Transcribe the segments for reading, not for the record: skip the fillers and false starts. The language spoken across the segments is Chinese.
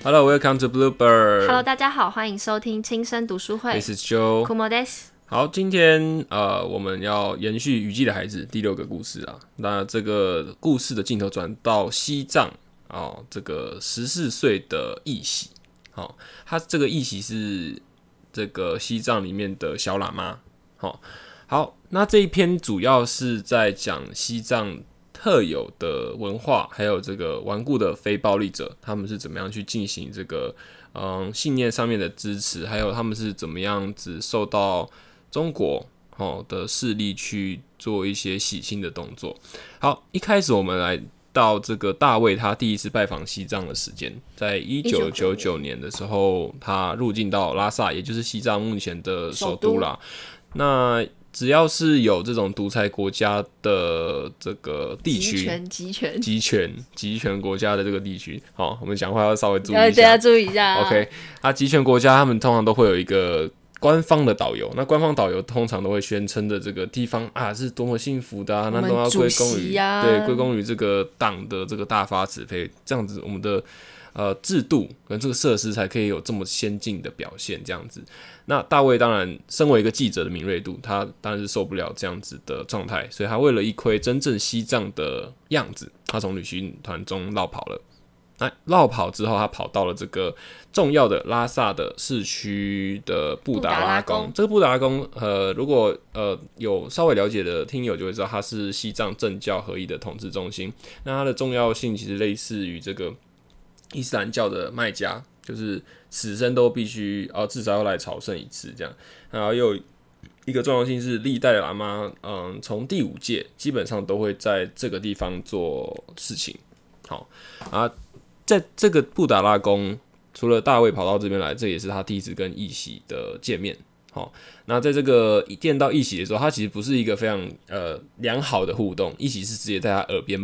Hello, welcome to Bluebird. Hello， 大家好，欢迎收听轻声读书会。 This is Joe. Kumo desu。 好，今天我们要延续《雨季的孩子》第6个故事啊。那这个故事的镜头转到西藏这个14岁的义喜，他这个义喜是这个西藏里面的小喇嘛。好，那这一篇主要是在讲西藏特有的文化，还有这个顽固的非暴力者，他们是怎么样去进行这个信念上面的支持，还有他们是怎么样子受到中国的势力去做一些洗心的动作。好，一开始我们来到这个大卫他第一次拜访西藏的时间，在1999年的时候，他入境到拉萨，也就是西藏目前的首都啦。那只要是有这种独裁国家的这个地区，集权国家的这个地区，好，我们讲话要稍微注意一下， 大家注意一下。 OK， 集权国家他们通常都会有一个官方的导游，那官方导游通常都会宣称的这个地方是多么幸福的那都要归功于这个党的这个大发慈悲，这样子我们的制度跟这个设施才可以有这么先进的表现，这样子。那大卫当然身为一个记者的敏锐度，他当然是受不了这样子的状态，所以他为了一窥真正西藏的样子，他从旅行团中绕跑了。绕跑之后，他跑到了这个重要的拉萨的市区的布达拉宫。这个布达拉宫，如果有稍微了解的听友就会知道，它是西藏政教合一的统治中心。那它的重要性其实类似于这个伊斯兰教的麦加，就是此生都必须至少要来朝圣一次这样。然后又有一个重要性是历代的喇嘛，从第5届基本上都会在这个地方做事情。好在这个布达拉宫，除了大卫跑到这边来，这也是他第一次跟义喜的见面。那在这个见到义喜的时候，他其实不是一个非常良好的互动，义喜是直接在他耳边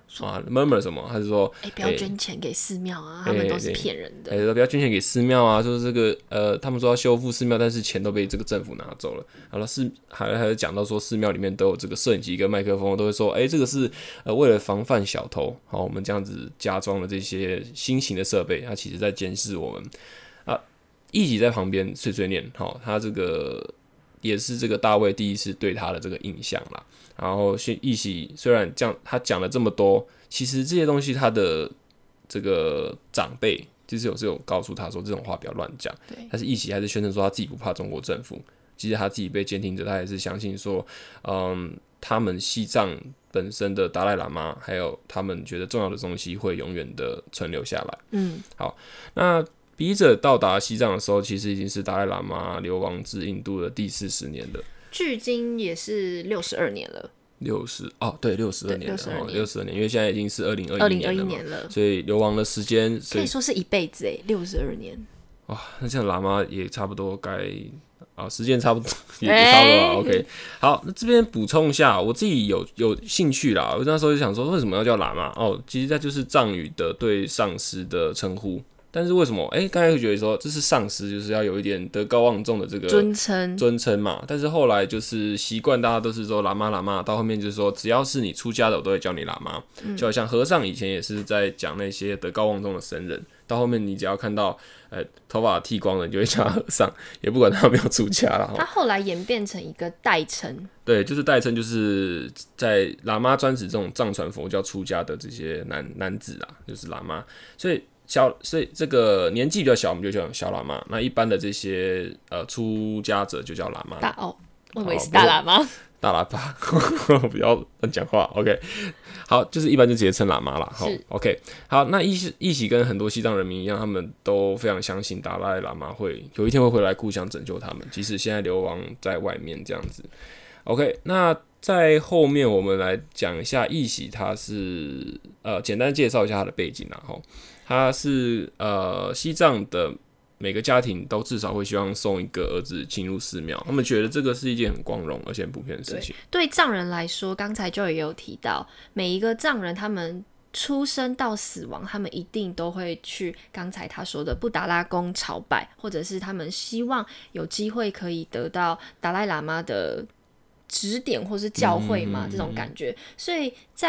murmur 什么？他是说， 不要捐钱给寺庙他们都是骗人的。 不要捐钱给寺庙说这个他们说要修复寺庙，但是钱都被这个政府拿走了。好了，还讲到说寺庙里面都有这个摄影机跟麦克风，都会说，这个是为了防范小偷，我们这样子加装了这些新型的设备，它其实在监视我们。义喜在旁边碎碎念，他这个也是这个大卫第一次对他的这个印象啦。然后义喜虽然他讲了这么多，其实这些东西他的这个长辈其实有告诉他说这种话不要乱讲，但是义喜还是宣称说他自己不怕中国政府。其实他自己被监听着，他也是相信说，他们西藏本身的达赖喇嘛，还有他们觉得重要的东西会永远的存留下来。好，那笔者到达西藏的时候，其实已经是达赖喇嘛流亡至印度的第40年了， 距今也是62年了。 对，62年了，62年，因为现在已经是2021年了，所以流亡的时间可以说是一辈子62年。 哇，那这样喇嘛也差不多该时间差不多也差不多OK， 好，那这边补充一下，我自己有兴趣啦。我那时候就想说，为什么要叫喇嘛？其实它就是藏语的对上师的称呼。但是为什么？刚才会觉得说这是上师，就是要有一点德高望重的这个尊称嘛。但是后来就是习惯，大家都是说喇嘛，到后面就是说，只要是你出家的，我都会叫你喇嘛。就好像和尚以前也是在讲那些德高望重的僧人，到后面你只要看到头发剃光了，你就会叫他和尚，也不管他有没有出家啦。 他后来演变成一个代称， 对，就是代称，就是在喇嘛专指这种藏传佛教出家的这些男子啊，就是喇嘛，所以这个年纪比较小，我们就叫小喇嘛。那一般的这些出家者就叫喇嘛。 我以为是大喇嘛。 大喇叭，不要乱讲话。OK， 好，就是一般就直接称喇嘛啦。OK， 好，那义喜跟很多西藏人民一样，他们都非常相信达赖喇嘛会有一天会回来故乡拯救他们，即使现在流亡在外面这样子。OK， 那在后面我们来讲一下义喜，他是简单介绍一下他的背景啦。他是西藏的每个家庭都至少会希望送一个儿子进入寺庙，他们觉得这个是一件很光荣而且很普遍的事情。 对藏人来说，刚才就也有提到，每一个藏人他们出生到死亡，他们一定都会去刚才他说的布达拉宫朝拜，或者是他们希望有机会可以得到达赖喇嘛的指点或是教诲嘛，这种感觉。所以在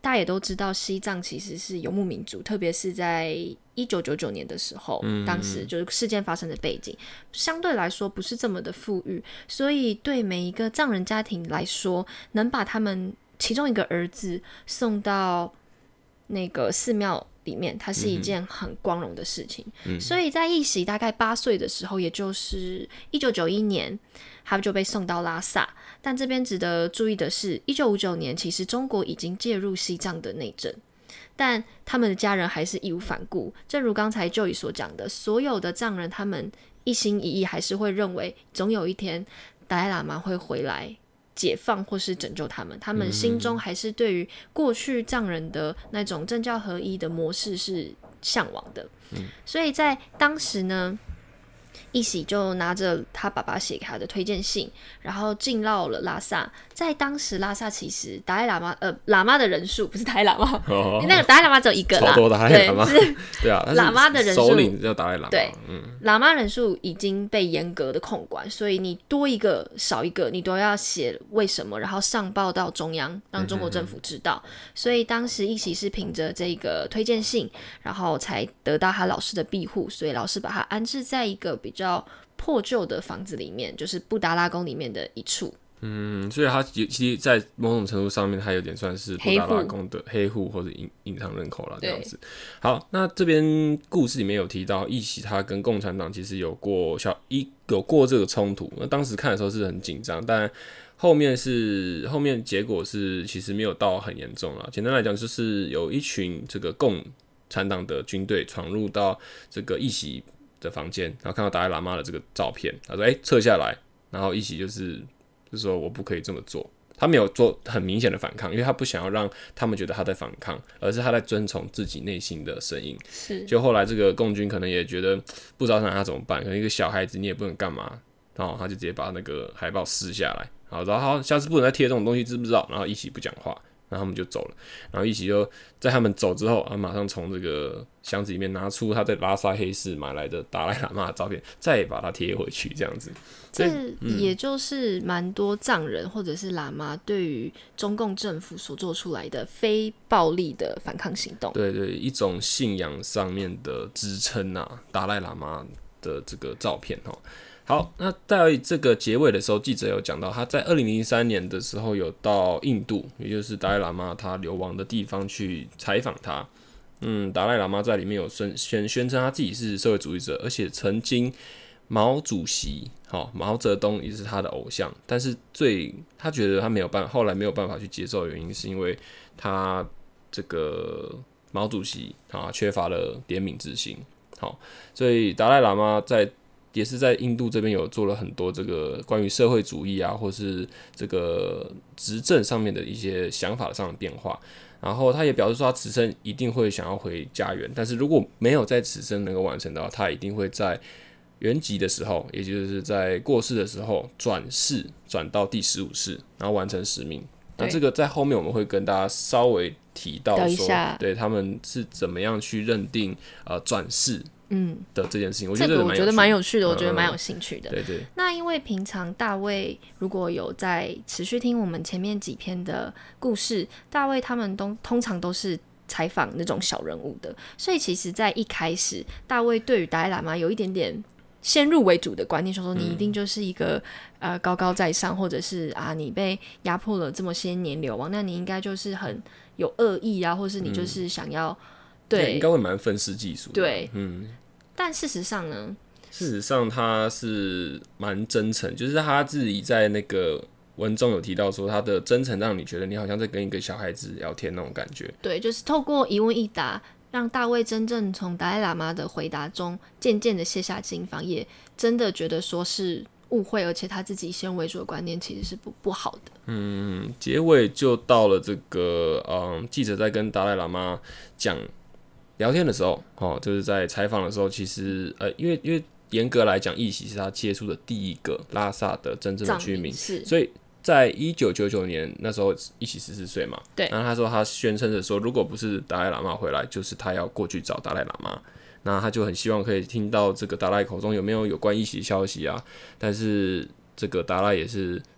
大家也都知道，西藏其实是游牧民族，特别是在1999年的时候，当时就是事件发生的背景，相对来说不是这么的富裕，所以对每一个藏人家庭来说，能把他们其中一个儿子送到那个寺庙里面，它是一件很光荣的事情。所以在义喜大概8岁的时候，也就是1991年，他就被送到拉萨。但这边值得注意的是，1959年其实中国已经介入西藏的内政，但他们的家人还是义无反顾。正如刚才Joey所讲的，所有的藏人他们一心一意，还是会认为总有一天达赖喇嘛会回来解放或是拯救他们，他们心中还是对于过去藏人的那种政教合一的模式是向往的。所以在当时呢，义喜就拿着他爸爸写给他的推荐信，然后进到了拉萨。在当时拉萨其实达赖喇嘛喇嘛的人数不是达赖喇嘛，那个达赖喇嘛只有一个啦， 超多达赖喇嘛，对啊， 喇嘛的人数首领叫达赖喇嘛， 对，喇嘛人数已经被严格的控管，所以你多一个少一个，你都要写为什么，然后上报到中央，让中国政府知道。所以当时义喜是凭着这个推荐信，然后才得到他老师的庇护，所以老师把他安置在一个比较破旧的房子里面，就是布达拉宫里面的一处。 所以他其实，在某种程度上面，他有点算是布达拉宫的黑户或者隐藏人口啦，这样子。好，那这边故事里面有提到，义喜他跟共产党其实有过这个冲突。那当时看的时候是很紧张，但后面结果是其实没有到很严重啦。简单来讲，就是有一群这个共产党的军队闯入到这个义喜的房间，然后看到达赖喇嘛的这个照片，他说：“撤下来。”然后义喜就是说我不可以这么做，他没有做很明显的反抗，因为他不想要让他们觉得他在反抗，而是他在遵从自己内心的声音。就后来这个共军可能也觉得不知道让他怎么办，可能一个小孩子你也不能干嘛，然后他就直接把那个海报撕下来，然后好，下次不能再贴这种东西，知不知道？然后义喜不讲话。然后他们就走了，然后义喜就在他们走之后，马上从这个箱子里面拿出他在拉萨黑市买来的达赖喇嘛的照片，再把它贴回去，这样子。 这也就是蛮多藏人或者是喇嘛对于中共政府所做出来的非暴力的反抗行动。 对，一种信仰上面的支撑啊，达赖喇嘛的这个照片哦。好，那在这个结尾的时候，记者有讲到，他在2003年的时候有到印度，也就是达赖喇嘛他流亡的地方去采访他。达赖喇嘛在里面有宣称他自己是社会主义者，而且曾经毛主席毛泽东也是他的偶像，但是他觉得他后来没有办法去接受的原因，是因为他这个毛主席缺乏了怜悯之心。所以达赖喇嘛也是在印度这边有做了很多这个关于社会主义啊，或是这个执政上面的一些想法上的变化。然后他也表示说，他此生一定会想要回家园，但是如果没有在此生能够完成的话，他一定会在圆寂的时候，也就是在过世的时候转到第15世，然后完成使命。那这个在后面我们会跟大家稍微提到说，对他们是怎么样去认定转世的这件事情，我觉得蛮有趣的，我觉得蛮有兴趣的。 对。 那因为平常大卫如果有在持续听我们前面几篇的故事，大卫他们通常都是采访那种小人物的，所以其实在一开始，大卫对于达赖喇嘛有一点点先入为主的观念，说你一定就是一个高高在上，或者是你被压迫了这么些年流亡，那你应该就是很有恶意啊，或是你就是想要对， 应该会蛮愤世嫉俗的。 对，但事实上呢？ 事实上他是蛮真诚，就是他自己在那个文中有提到说，他的真诚让你觉得你好像在跟一个小孩子聊天那种感觉。 对，就是透过一问一答，让大卫真正从达赖喇嘛的回答中渐渐的卸下心防，也真的觉得说是误会，而且他自己先为主的观念其实是不好的。 结尾就到了这个记者在跟达赖喇嘛聊天的时候，就是在采访的时候，其实因为严格来讲，义喜是他接触的第一个拉萨的真正的居民，所以在1999年那时候义喜14岁嘛，对，然后他宣称着说，如果不是达赖喇嘛回来，就是他要过去找达赖喇嘛。那他就很希望可以听到这个达赖口中有没有关义喜的消息啊，但是这个达赖也是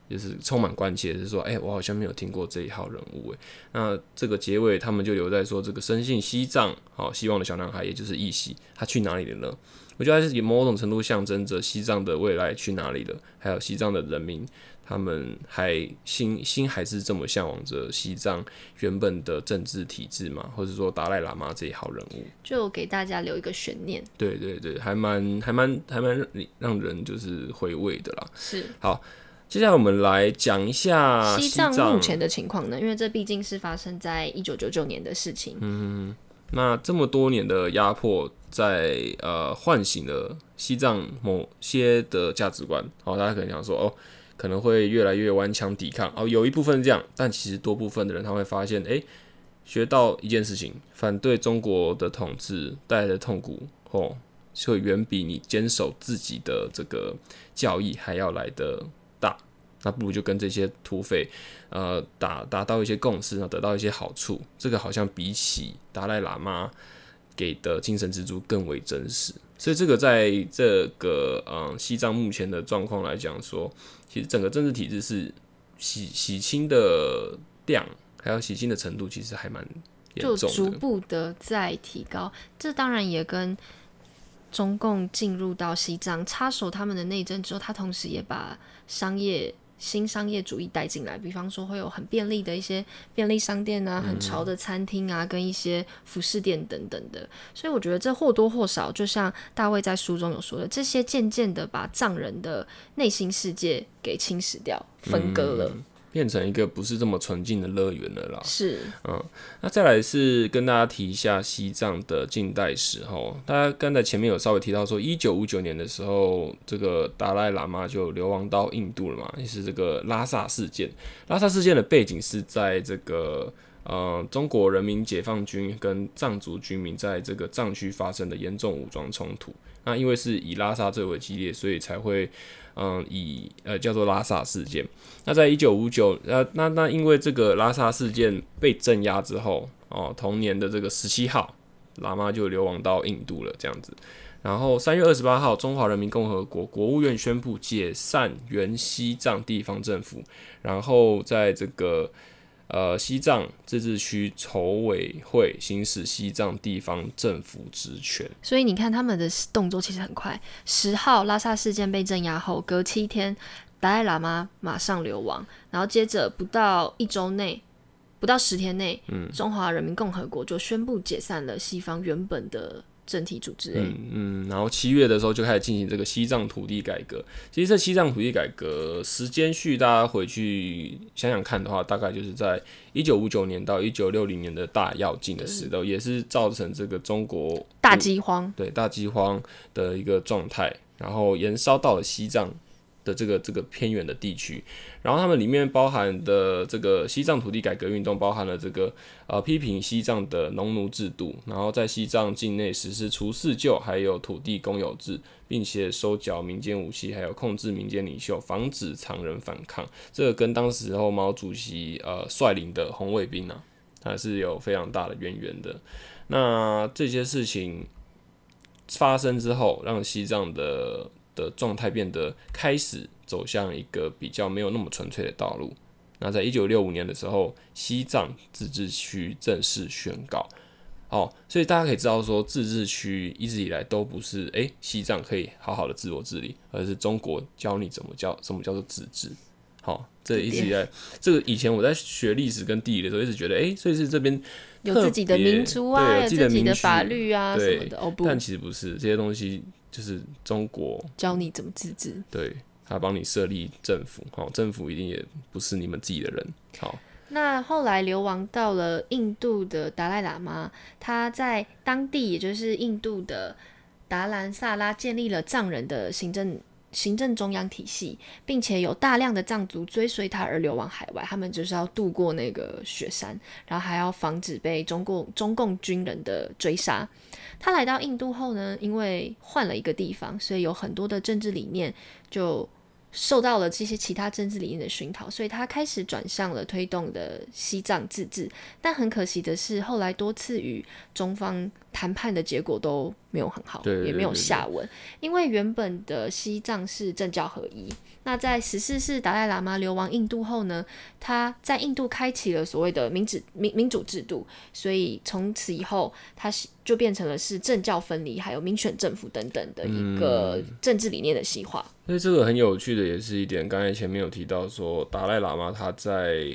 就是充满关切，是说，我好像没有听过这一号人物，那这个结尾他们就留在说，这个深信西藏，希望的小男孩，也就是义熙，他去哪里了呢？我觉得它是某种程度象征着西藏的未来去哪里了，还有西藏的人民，他们心还是这么向往着西藏原本的政治体制嘛，或者说达赖喇嘛这一号人物， 就给大家留一个悬念。 对对对，还蛮让人就是回味的啦。 是， 好，接下来我们来讲一下西藏目前的情况呢，因为这毕竟是发生在1999年的事情。 那这么多年的压迫在唤醒了西藏某些的价值观，大家可能想说可能会越来越顽强抵抗，有一部分这样，但其实多部分的人他会发现，学到一件事情，反对中国的统治带来的痛苦会远比你坚守自己的这个教义还要来得大，那不如就跟这些土匪达到一些共识，得到一些好处，这个好像比起达赖喇嘛给的精神支柱更为真实。所以这个在这个西藏目前的状况来讲说，其实整个政治体制是洗清的量还有洗清的程度其实还蛮严重的，就逐步的在提高。这当然也跟中共进入到西藏插手他们的内政之后，他同时也把新商业主义带进来，比方说会有很便利的一些便利商店啊，很潮的餐厅啊，跟一些服饰店等等的。所以我觉得这或多或少，就像大卫在书中有说的，这些渐渐的把藏人的内心世界给侵蚀掉、分割了。 变成一个不是这么纯净的乐园了啦。 是， 那再来是跟大家提一下西藏的近代史大家刚才前面有稍微提到说，1959年的时候，这个达赖喇嘛就流亡到印度了嘛，也是这个拉萨事件。拉萨事件的背景是在这个中国人民解放军跟藏族居民在这个藏区发生的严重武装冲突。那因为是以拉萨最为激烈，所以才会叫做拉萨事件。那在1959那因为这个拉萨事件被镇压之后同年的这个17号，喇嘛就流亡到印度了这样子。然后3月28号，中华人民共和国国务院宣布解散原西藏地方政府，然后在这个西藏自治区筹委会行使西藏地方政府职权。 所以你看他们的动作其实很快。10号拉萨事件被镇压后，隔7天达赖喇嘛马上流亡，然后接着不到10天内，中华人民共和国就宣布解散了西方原本的政体组织。 然后7月的时候就开始进行这个西藏土地改革。其实这西藏土地改革时间序，大家回去想想看的话，大概就是在1959年到1960年的大跃进的时候，也是造成这个中国大饥荒， 对大饥荒的一个状态，然后延烧到了西藏的这个偏远的地区。然后他们里面包含的这个西藏土地改革运动，包含了这个批评西藏的农奴制度，然后在西藏境内实施除四旧，还有土地公有制，并且收缴民间武器，还有控制民间领袖，防止藏人反抗。这个跟当时候毛主席率领的红卫兵还是有非常大的渊源的。那这些事情发生之后，让西藏的状态变得开始走向一个比较没有那么纯粹的道路。那在1965年的时候，西藏自治区正式宣告。所以大家可以知道说，自治区一直以来都不是西藏可以好好的自我治理，而是中国教你什么叫做自治。这一直以来，这个以前我在学历史跟地理的时候，一直觉得所以是这边有自己的民族啊，有自己的法律啊什么的。 但其实不是，这些东西就是中国教你怎么自治。 对，他帮你设立政府，政府一定也不是你们自己的人。 那后来流亡到了印度的达赖喇嘛，他在当地也就是印度的达兰萨拉建立了藏人的行政中央体系，并且有大量的藏族追随他而流亡海外，他们就是要渡过那个雪山，然后还要防止被中共军人的追杀。他来到印度后呢，因为换了一个地方，所以有很多的政治理念就受到了这些其他政治理念的熏陶，所以他开始转向了推动的西藏自治。但很可惜的是，后来多次与中方谈判的结果都没有很好，也没有下文。因为原本的西藏是政教合一，那在14世达赖喇嘛流亡印度后呢，他在印度开启了所谓的民主制度，所以从此以后，他就变成了是政教分离，还有民选政府等等的一个政治理念的西化。 所以这个很有趣的也是一点，刚才前面有提到说，达赖喇嘛他在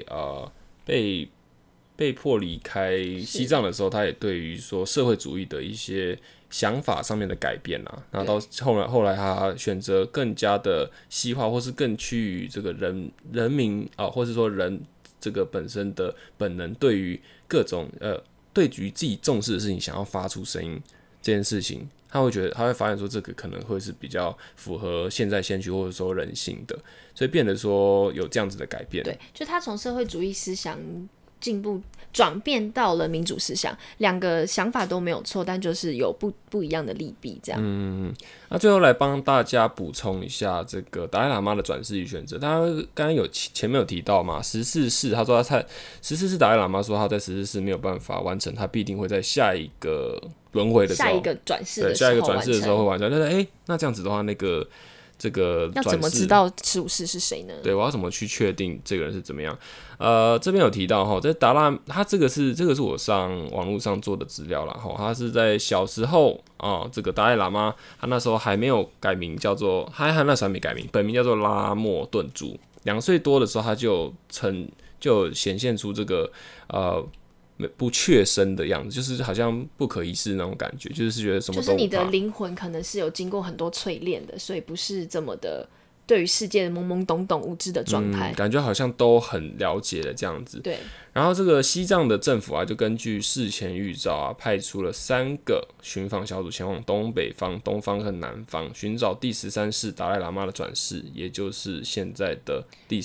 被迫离开西藏的时候，他也对于说社会主义的一些想法上面的改变啊，那到后来他选择更加的西化，或是更趋于这个人民啊，或是说人这个本身的本能，对于各种对于自己重视的事情想要发出声音这件事情。他会发现说这个可能会是比较符合现在先驱或者说人性的，所以变得说有这样子的改变。 对，就他从社会主义思想进步转变到了民主思想，两个想法都没有错，但就是有不一样的利弊这样。 那最后来帮大家补充一下这个达赖喇嘛的转世与选择。他刚刚前面有提到嘛，14世他说14世达赖喇嘛说他在14世没有办法完成，他必定会在下一个轮回的时候， 下一个转世的时候会完成。但是那这样子的话，这个要怎么知道15世是谁呢？ 对，我要怎么去确定这个人是怎么样？这边有提到哈，在他这个是我上网络上做的资料啦哈，他是在小时候啊，这个达赖喇嘛他那时候还没有改名，叫做他那时候还没改名，本名叫做拉莫顿珠。2岁多的时候，他就显现出这个不确身的样子，就是好像不可一世那种感觉，就是觉得什么都不怕。 就是你的灵魂可能是有经过很多淬炼的，所以不是这么的对于世界的懵懵懂懂无知的状态， 感觉好像都很了解的这样子。 对。 然后这个西藏的政府啊，就根据事前预兆啊，派出了3个寻访小组前往东北方、东方和南方，寻找第13世达赖喇嘛的转世，也就是现在的第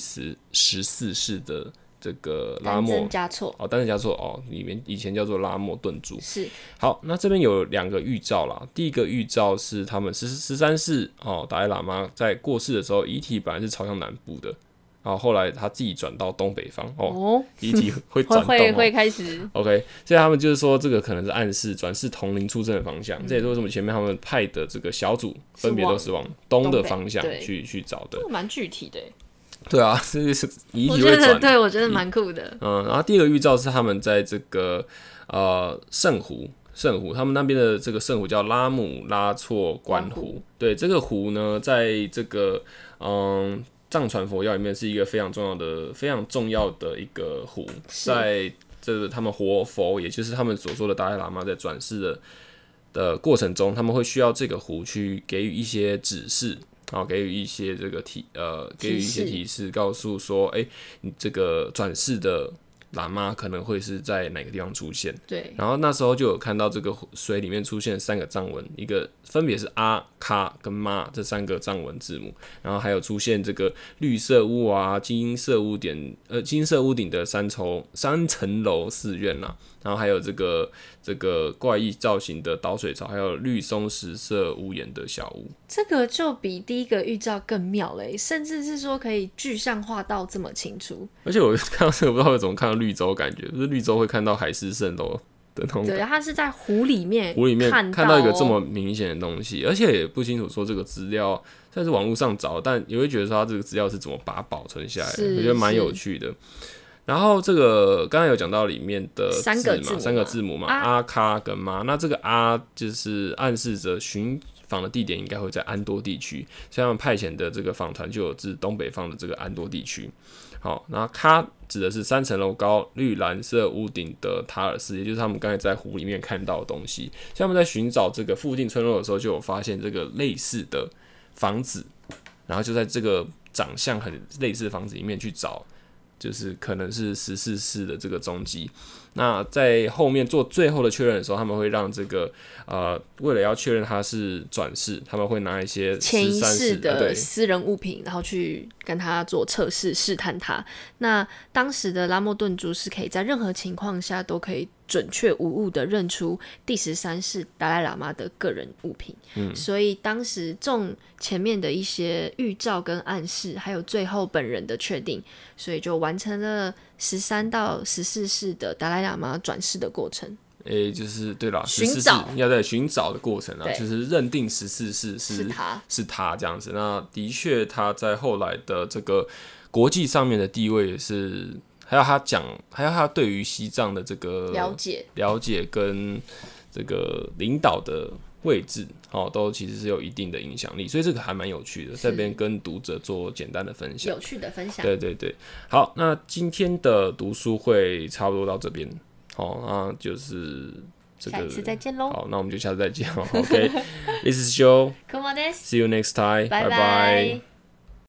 14世的这个拉莫单增加错里面以前叫做拉莫顿珠。 是。 好，那这边有2个预兆啦。第一个预兆是他们13世达赖喇嘛在过世的时候，遗体本来是朝向南部的，然后后来他自己转到东北方遗体会转动会开始 OK， 所以他们就是说这个可能是暗示转世同龄出生的方向。这也是为什么前面他们派的这个小组分别都是往东的方向去找的， 蛮具体的。 对啊，这个是遗体会转。 对，我觉得蛮酷的。 然后第2个预兆是他们在这个圣湖，他们那边的这个圣湖叫拉姆拉措观湖。对，这个湖呢，在这个藏传佛教里面是一个非常重要的一个湖，在这个他们活佛，也就是他们所说的达赖喇嘛在转世的过程中，他们会需要这个湖去给予一些指示。给予一些这个给予一些提示，告诉说，你这个转世的喇嘛可能会是在哪个地方出现。 对。 然后那时候就有看到这个水里面出现3个藏文，一个分别是阿、卡跟妈这3个藏文字母，然后还有出现这个绿色屋啊、金色屋顶的3层楼寺院啦，然后还有这个怪异造型的倒水槽，还有绿松石色屋檐的小屋。 这个就比第1个预兆更妙了，甚至是说可以具象化到这么清楚。 而且我看到这个，不知道为什么看到绿洲，感觉不是绿洲会看到海市蜃楼的那种感觉。 对，它是在湖里面看到一个这么明显的东西，而且也不清楚说这个资料在网络上找，但也会觉得说它这个资料是怎么把它保存下来的，我觉得蛮有趣的。然后这个刚才有讲到里面的3个字母嘛，阿、卡跟妈。那这个阿就是暗示着寻访的地点应该会在安多地区，所以他们派遣的这个访团就有至东北方的这个安多地区。好，那卡指的是3层楼高、绿蓝色屋顶的塔尔寺，也就是他们刚才在湖里面看到的东西。所以他们在寻找这个附近村落的时候，就有发现这个类似的房子，然后就在这个长相很类似的房子里面去找。就是可能是14世的这个踪迹。那在后面做最后的确认的时候，他们会让这个为了要确认他是转世，他们会拿一些前一世的私人物品，然后去跟他做测试试探他。那当时的拉莫顿珠是可以在任何情况下都可以准确无误的认出第13世达赖喇嘛的个人物品。所以当时纵前面的一些预兆跟暗示，还有最后本人的确定，所以就完成了13到14世的达赖喇嘛转世的过程。 就是对啦， 寻找要在寻找的过程啊，就是认定14世是他这样子。那的确，他在后来的这个国际上面的地位也是，还有他对于西藏的这个了解跟这个领导的位置，都其实是有一定的影响力，所以这个还蛮有趣的，在这边跟读者做简单的分享， 有趣的分享。 对对对，好，那今天的读书会差不多到这边。好，那就是这个， 下一次再见喽。 好，那我们就下次再见。OK，This is Joe. See you next time. 拜拜。